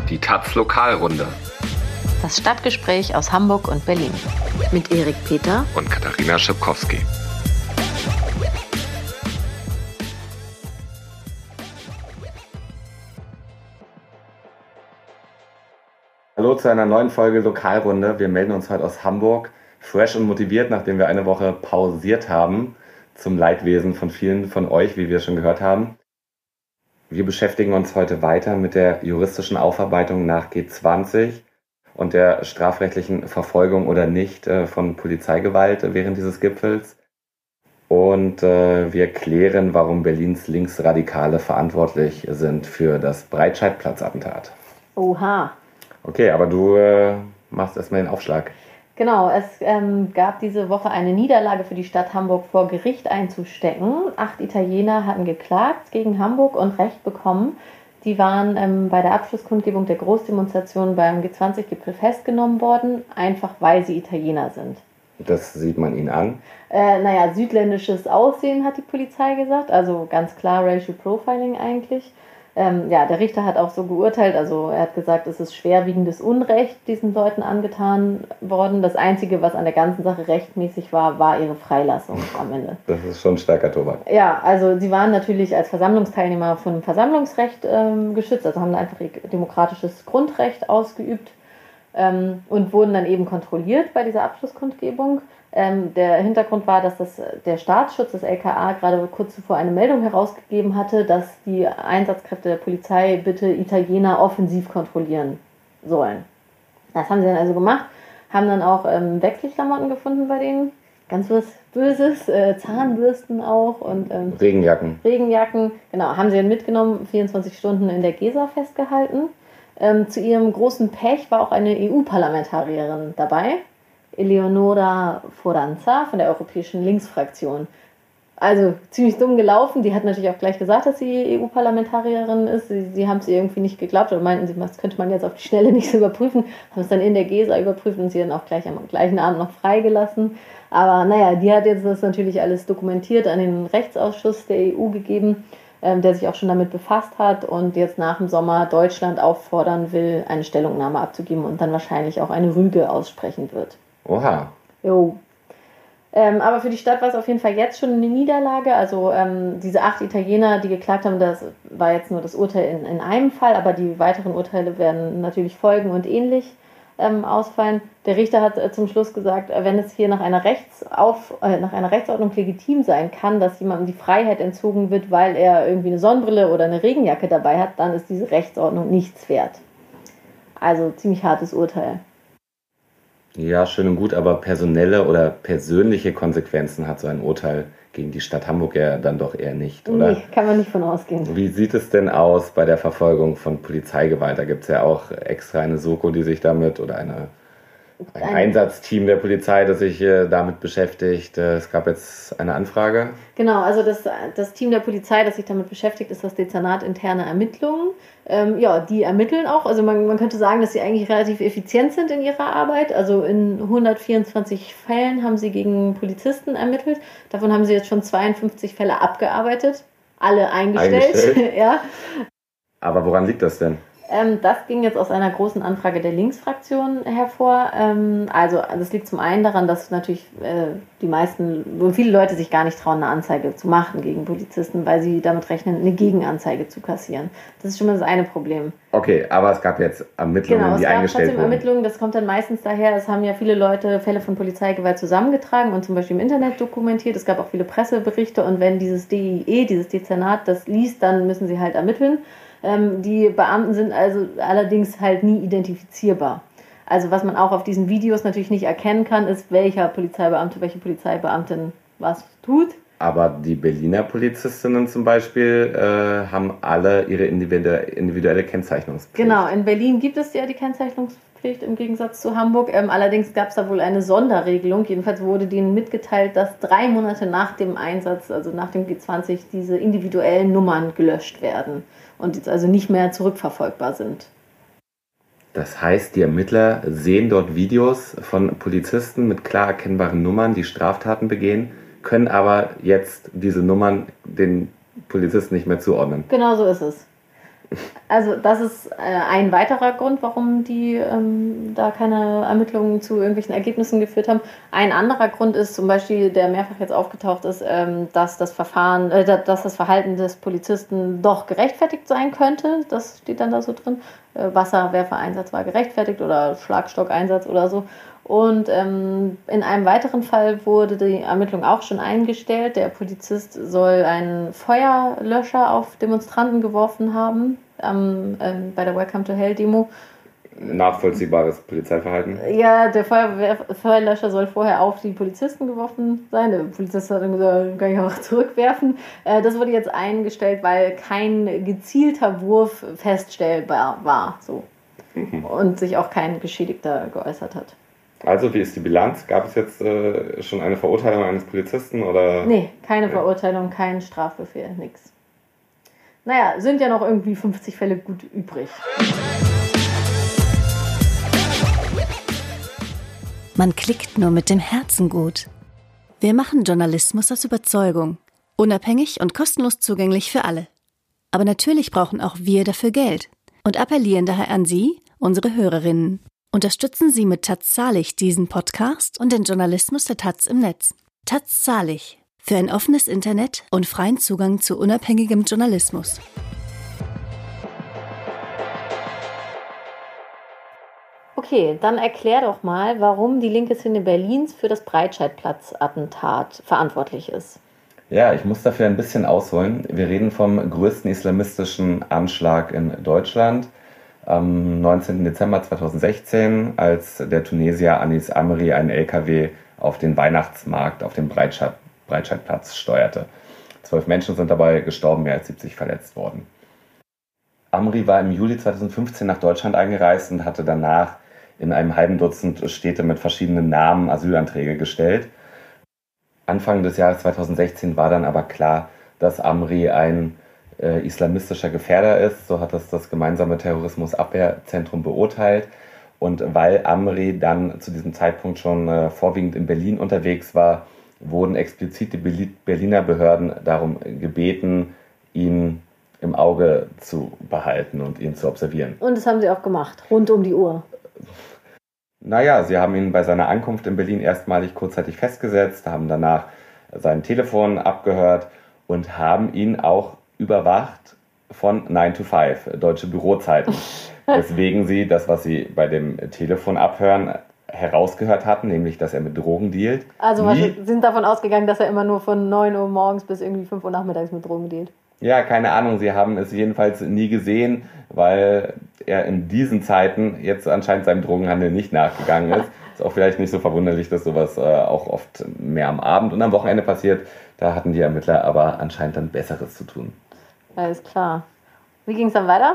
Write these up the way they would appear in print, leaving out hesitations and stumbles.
Die taz Lokalrunde. Das Stadtgespräch aus Hamburg und Berlin. Mit Erik Peter und Katharina Schipkowski. Hallo zu einer neuen Folge Lokalrunde. Wir melden uns heute aus Hamburg, fresh und motiviert, nachdem wir eine Woche pausiert haben, zum Leidwesen von vielen von euch, wie wir schon gehört haben. Wir beschäftigen uns heute weiter mit der juristischen Aufarbeitung nach G20 und der strafrechtlichen Verfolgung oder nicht von Polizeigewalt während dieses Gipfels. Und wir klären, warum Berlins Linksradikale verantwortlich sind für das Breitscheidplatz-Attentat. Oha. Okay, aber du machst erstmal den Aufschlag. Genau, es gab diese Woche eine Niederlage für die Stadt Hamburg vor Gericht einzustecken. 8 Italiener hatten geklagt gegen Hamburg und Recht bekommen. Die waren bei der Abschlusskundgebung der Großdemonstration beim G20-Gipfel festgenommen worden, einfach weil sie Italiener sind. Das sieht man ihnen an? Südländisches Aussehen hat die Polizei gesagt, also ganz klar Racial Profiling eigentlich. Der Richter hat auch so geurteilt, also er hat gesagt, es ist schwerwiegendes Unrecht diesen Leuten angetan worden. Das Einzige, was an der ganzen Sache rechtmäßig war, war ihre Freilassung am Ende. Das ist schon starker Tobak. Ja, also sie waren natürlich als Versammlungsteilnehmer von dem Versammlungsrecht geschützt, also haben einfach ihr demokratisches Grundrecht ausgeübt und wurden dann eben kontrolliert bei dieser Abschlusskundgebung. Der Hintergrund war, dass der Staatsschutz, das LKA, gerade kurz zuvor eine Meldung herausgegeben hatte, dass die Einsatzkräfte der Polizei bitte Italiener offensiv kontrollieren sollen. Das haben sie dann also gemacht, haben dann auch Wechselklamotten gefunden bei denen, ganz was Böses, Zahnbürsten auch und Regenjacken, genau, haben sie dann mitgenommen, 24 Stunden in der Gesa festgehalten. Zu ihrem großen Pech war auch eine EU-Parlamentarierin dabei, Eleonora Foranza von der Europäischen Linksfraktion. Also ziemlich dumm gelaufen. Die hat natürlich auch gleich gesagt, dass sie EU-Parlamentarierin ist. Sie haben es ihr irgendwie nicht geglaubt oder meinten, das könnte man jetzt auf die Schnelle nicht so überprüfen. Haben es dann in der Gesa überprüft und sie dann auch gleich am gleichen Abend noch freigelassen. Aber die hat jetzt das natürlich alles dokumentiert an den Rechtsausschuss der EU gegeben, der sich auch schon damit befasst hat und jetzt nach dem Sommer Deutschland auffordern will, eine Stellungnahme abzugeben und dann wahrscheinlich auch eine Rüge aussprechen wird. Oha. Jo. Aber für die Stadt war es auf jeden Fall jetzt schon eine Niederlage. Also diese 8 Italiener, die geklagt haben, das war jetzt nur das Urteil in einem Fall, aber die weiteren Urteile werden natürlich folgen und ähnlich ausfallen. Der Richter hat zum Schluss gesagt, wenn es hier nach einer Rechtsordnung legitim sein kann, dass jemandem die Freiheit entzogen wird, weil er irgendwie eine Sonnenbrille oder eine Regenjacke dabei hat, dann ist diese Rechtsordnung nichts wert. Also ziemlich hartes Urteil. Ja, schön und gut, aber personelle oder persönliche Konsequenzen hat so ein Urteil gegen die Stadt Hamburg ja dann doch eher nicht, oder? Nee, kann man nicht von ausgehen. Wie sieht es denn aus bei der Verfolgung von Polizeigewalt? Da gibt es ja auch extra eine Soko, die sich damit, oder ein Einsatzteam der Polizei, das sich damit beschäftigt. Es gab jetzt eine Anfrage. Genau, also das Team der Polizei, das sich damit beschäftigt, ist das Dezernat interne Ermittlungen. Die ermitteln auch. Also man könnte sagen, dass sie eigentlich relativ effizient sind in ihrer Arbeit. Also in 124 Fällen haben sie gegen Polizisten ermittelt. Davon haben sie jetzt schon 52 Fälle abgearbeitet. Alle eingestellt. Ja. Aber woran liegt das denn? Das ging jetzt aus einer großen Anfrage der Linksfraktion hervor. Das liegt zum einen daran, dass natürlich viele Leute sich gar nicht trauen, eine Anzeige zu machen gegen Polizisten, weil sie damit rechnen, eine Gegenanzeige zu kassieren. Das ist schon mal das eine Problem. Okay, aber es gab jetzt Ermittlungen, die eingestellt wurden. Genau, es gab trotzdem Ermittlungen. Das kommt dann meistens daher, es haben ja viele Leute Fälle von Polizeigewalt zusammengetragen und zum Beispiel im Internet dokumentiert. Es gab auch viele Presseberichte und wenn dieses DIE, dieses Dezernat, das liest, dann müssen sie halt ermitteln. Die Beamten sind also allerdings halt nie identifizierbar. Also was man auch auf diesen Videos natürlich nicht erkennen kann, ist, welcher Polizeibeamte, welche Polizeibeamtin was tut. Aber die Berliner Polizistinnen zum Beispiel haben alle ihre individuelle Kennzeichnungspflicht. Genau, in Berlin gibt es ja die Kennzeichnungspflicht im Gegensatz zu Hamburg. Allerdings gab es da wohl eine Sonderregelung. Jedenfalls wurde denen mitgeteilt, dass 3 Monate nach dem Einsatz, also nach dem G20, diese individuellen Nummern gelöscht werden und jetzt also nicht mehr zurückverfolgbar sind. Das heißt, die Ermittler sehen dort Videos von Polizisten mit klar erkennbaren Nummern, die Straftaten begehen, können aber jetzt diese Nummern den Polizisten nicht mehr zuordnen. Genau so ist es. Also das ist ein weiterer Grund, warum die da keine Ermittlungen zu irgendwelchen Ergebnissen geführt haben. Ein anderer Grund ist zum Beispiel, der mehrfach jetzt aufgetaucht ist, dass das Verhalten des Polizisten doch gerechtfertigt sein könnte. Das steht dann da so drin. Wasserwerfereinsatz war gerechtfertigt oder Schlagstockeinsatz oder so. Und in einem weiteren Fall wurde die Ermittlung auch schon eingestellt. Der Polizist soll einen Feuerlöscher auf Demonstranten geworfen haben bei der Welcome to Hell Demo. Nachvollziehbares Polizeiverhalten. Ja, der Feuerlöscher soll vorher auf die Polizisten geworfen sein. Der Polizist hat dann gesagt, kann ich auch zurückwerfen. Das wurde jetzt eingestellt, weil kein gezielter Wurf feststellbar war. So. Und sich auch kein Geschädigter geäußert hat. Also, wie ist die Bilanz? Gab es jetzt schon eine Verurteilung eines Polizisten? Oder? Nee, keine Verurteilung, kein Strafbefehl, nix. Naja, sind ja noch irgendwie 50 Fälle gut übrig. Man klickt nur mit dem Herzen gut. Wir machen Journalismus aus Überzeugung. Unabhängig und kostenlos zugänglich für alle. Aber natürlich brauchen auch wir dafür Geld. Und appellieren daher an Sie, unsere Hörerinnen. Unterstützen Sie mit Taz Zahlig diesen Podcast und den Journalismus der Taz im Netz. Taz Zahlig. Für ein offenes Internet und freien Zugang zu unabhängigem Journalismus. Okay, dann erklär doch mal, warum die linke Szene Berlins für das Breitscheidplatz-Attentat verantwortlich ist. Ja, ich muss dafür ein bisschen ausholen. Wir reden vom größten islamistischen Anschlag in Deutschland. Am 19. Dezember 2016, als der Tunesier Anis Amri einen LKW auf den Weihnachtsmarkt auf dem Breitscheidplatz steuerte. 12 Menschen sind dabei gestorben, mehr als 70 verletzt worden. Amri war im Juli 2015 nach Deutschland eingereist und hatte danach in einem halben Dutzend Städte mit verschiedenen Namen Asylanträge gestellt. Anfang des Jahres 2016 war dann aber klar, dass Amri ein islamistischer Gefährder ist. So hat das gemeinsame Terrorismusabwehrzentrum beurteilt. Und weil Amri dann zu diesem Zeitpunkt schon vorwiegend in Berlin unterwegs war, wurden explizit die Berliner Behörden darum gebeten, ihn im Auge zu behalten und ihn zu observieren. Und das haben sie auch gemacht, rund um die Uhr. Naja, sie haben ihn bei seiner Ankunft in Berlin erstmalig kurzzeitig festgesetzt, haben danach sein Telefon abgehört und haben ihn auch überwacht von 9 to 5, deutsche Bürozeiten. Weswegen sie das, was sie bei dem Telefon abhören, herausgehört hatten, nämlich, dass er mit Drogen dealt. Also sie sind davon ausgegangen, dass er immer nur von 9 Uhr morgens bis irgendwie 5 Uhr nachmittags mit Drogen dealt. Ja, keine Ahnung, sie haben es jedenfalls nie gesehen, weil er in diesen Zeiten jetzt anscheinend seinem Drogenhandel nicht nachgegangen ist. Ist auch vielleicht nicht so verwunderlich, dass sowas auch oft mehr am Abend und am Wochenende passiert. Da hatten die Ermittler aber anscheinend dann Besseres zu tun. Alles klar. Wie ging es dann weiter?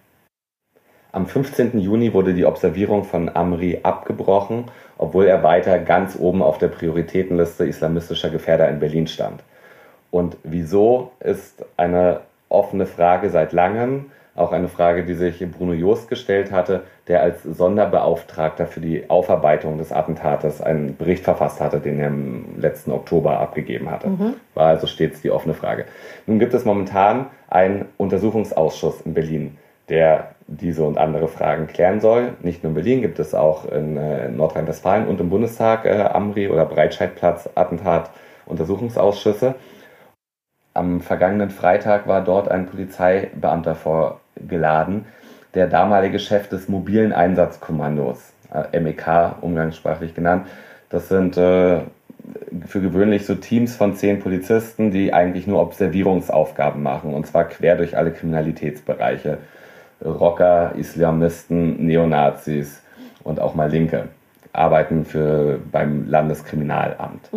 Am 15. Juni wurde die Observierung von Amri abgebrochen, obwohl er weiter ganz oben auf der Prioritätenliste islamistischer Gefährder in Berlin stand. Und wieso ist eine offene Frage seit langem, auch eine Frage, die sich Bruno Joost gestellt hatte, der als Sonderbeauftragter für die Aufarbeitung des Attentates einen Bericht verfasst hatte, den er im letzten Oktober abgegeben hatte. War also stets die offene Frage. Nun gibt es momentan einen Untersuchungsausschuss in Berlin, der diese und andere Fragen klären soll. Nicht nur in Berlin, gibt es auch in Nordrhein-Westfalen und im Bundestag Amri- oder Breitscheidplatz-Attentat-Untersuchungsausschüsse. Am vergangenen Freitag war dort ein Polizeibeamter vorgeladen, der damalige Chef des mobilen Einsatzkommandos, MEK umgangssprachlich genannt. Das sind für gewöhnlich so Teams von 10 Polizisten, die eigentlich nur Observierungsaufgaben machen, und zwar quer durch alle Kriminalitätsbereiche. Rocker, Islamisten, Neonazis und auch mal Linke arbeiten beim Landeskriminalamt.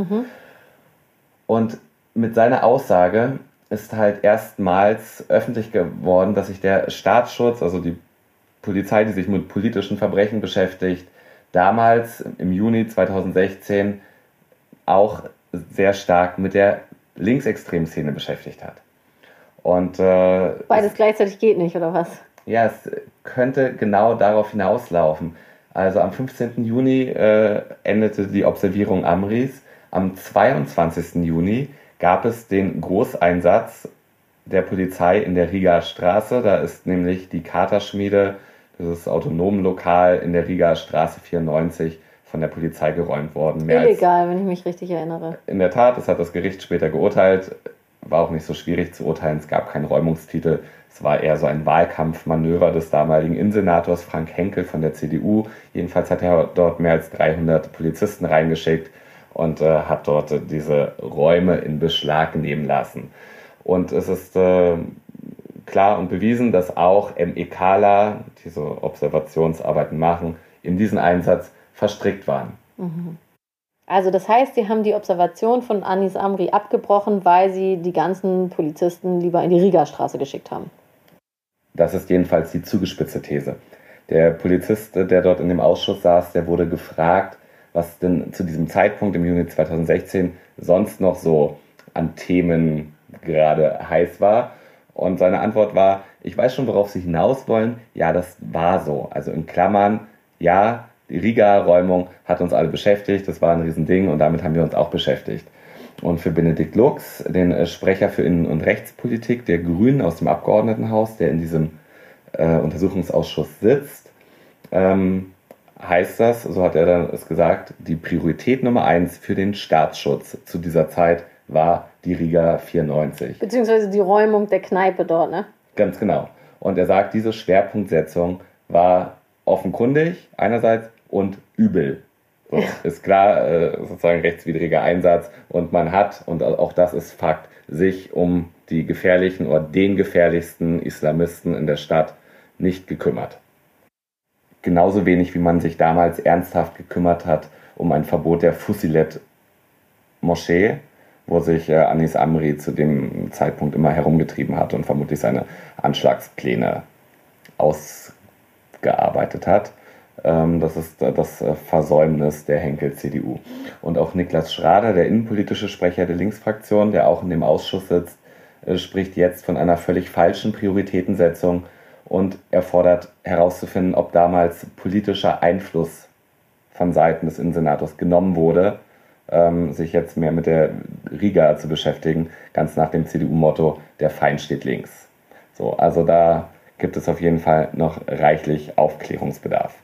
Und mit seiner Aussage ist halt erstmals öffentlich geworden, dass sich der Staatsschutz, also die Polizei, die sich mit politischen Verbrechen beschäftigt, damals im Juni 2016 auch sehr stark mit der linksextremen Szene beschäftigt hat. Und beides gleichzeitig geht nicht, oder was? Ja, es könnte genau darauf hinauslaufen. Also am 15. Juni endete die Observierung Amris. Am 22. Juni gab es den Großeinsatz der Polizei in der Rigaer Straße. Da ist nämlich die Katerschmiede, dieses autonomen Lokal in der Rigaer Straße 94, von der Polizei geräumt worden. Illegal, wenn ich mich richtig erinnere. In der Tat, das hat das Gericht später geurteilt. War auch nicht so schwierig zu urteilen. Es gab keinen Räumungstitel. Es war eher so ein Wahlkampfmanöver des damaligen Innensenators Frank Henkel von der CDU. Jedenfalls hat er dort mehr als 300 Polizisten reingeschickt und hat dort diese Räume in Beschlag nehmen lassen. Und es ist klar und bewiesen, dass auch MEKler, die so Observationsarbeiten machen, in diesen Einsatz verstrickt waren. Also das heißt, sie haben die Observation von Anis Amri abgebrochen, weil sie die ganzen Polizisten lieber in die Rigaer Straße geschickt haben. Das ist jedenfalls die zugespitzte These. Der Polizist, der dort in dem Ausschuss saß, der wurde gefragt, was denn zu diesem Zeitpunkt im Juni 2016 sonst noch so an Themen gerade heiß war. Und seine Antwort war, ich weiß schon, worauf Sie hinaus wollen. Ja, das war so. Also in Klammern, ja, die Rigaer Räumung hat uns alle beschäftigt. Das war ein Riesending und damit haben wir uns auch beschäftigt. Und für Benedikt Lux, den Sprecher für Innen- und Rechtspolitik der Grünen aus dem Abgeordnetenhaus, der in diesem Untersuchungsausschuss sitzt, heißt das, so hat er dann es gesagt, die Priorität Nummer 1 für den Staatsschutz zu dieser Zeit war die Rigaer 94. Beziehungsweise die Räumung der Kneipe dort, ne? Ganz genau. Und er sagt, diese Schwerpunktsetzung war offenkundig einerseits und übel. So, ist klar, sozusagen rechtswidriger Einsatz und man hat, und auch das ist Fakt, sich um die gefährlichen oder den gefährlichsten Islamisten in der Stadt nicht gekümmert. Genauso wenig, wie man sich damals ernsthaft gekümmert hat um ein Verbot der Fusilet-Moschee, wo sich Anis Amri zu dem Zeitpunkt immer herumgetrieben hat und vermutlich seine Anschlagspläne ausgearbeitet hat. Das ist das Versäumnis der Henkel-CDU. Und auch Niklas Schrader, der innenpolitische Sprecher der Linksfraktion, der auch in dem Ausschuss sitzt, spricht jetzt von einer völlig falschen Prioritätensetzung und er fordert herauszufinden, ob damals politischer Einfluss von Seiten des Innensenators genommen wurde, sich jetzt mehr mit der Riga zu beschäftigen, ganz nach dem CDU-Motto, der Feind steht links. So, also da gibt es auf jeden Fall noch reichlich Aufklärungsbedarf.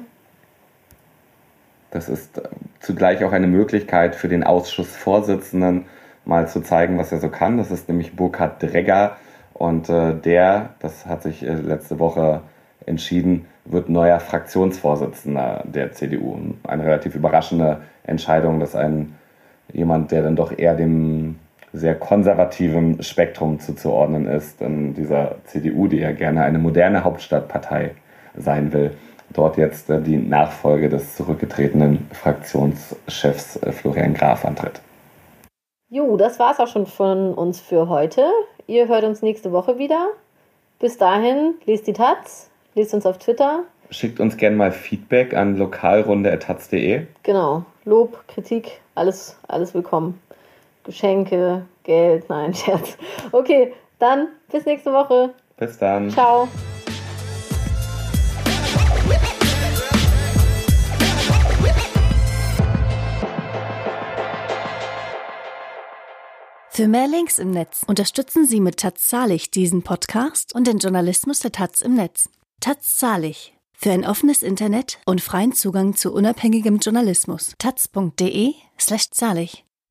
Das ist zugleich auch eine Möglichkeit für den Ausschussvorsitzenden, mal zu zeigen, was er so kann. Das ist nämlich Burkhard Dregger und das hat sich letzte Woche entschieden, wird neuer Fraktionsvorsitzender der CDU. Eine relativ überraschende Entscheidung, dass jemand, der dann doch eher dem sehr konservativen Spektrum zuzuordnen ist, in dieser CDU, die ja gerne eine moderne Hauptstadtpartei sein will, dort jetzt die Nachfolge des zurückgetretenen Fraktionschefs Florian Graf antritt. Jo, das war's auch schon von uns für heute. Ihr hört uns nächste Woche wieder. Bis dahin, lest die Taz, lest uns auf Twitter. Schickt uns gerne mal Feedback an lokalrunde@taz.de. Genau, Lob, Kritik, alles willkommen. Geschenke, Geld, nein, Scherz. Okay, dann bis nächste Woche. Bis dann. Ciao. Für mehr Links im Netz unterstützen Sie mit Taz Zahlig diesen Podcast und den Journalismus der Taz im Netz. Taz Zahlig. Für ein offenes Internet und freien Zugang zu unabhängigem Journalismus. taz.de/zahlig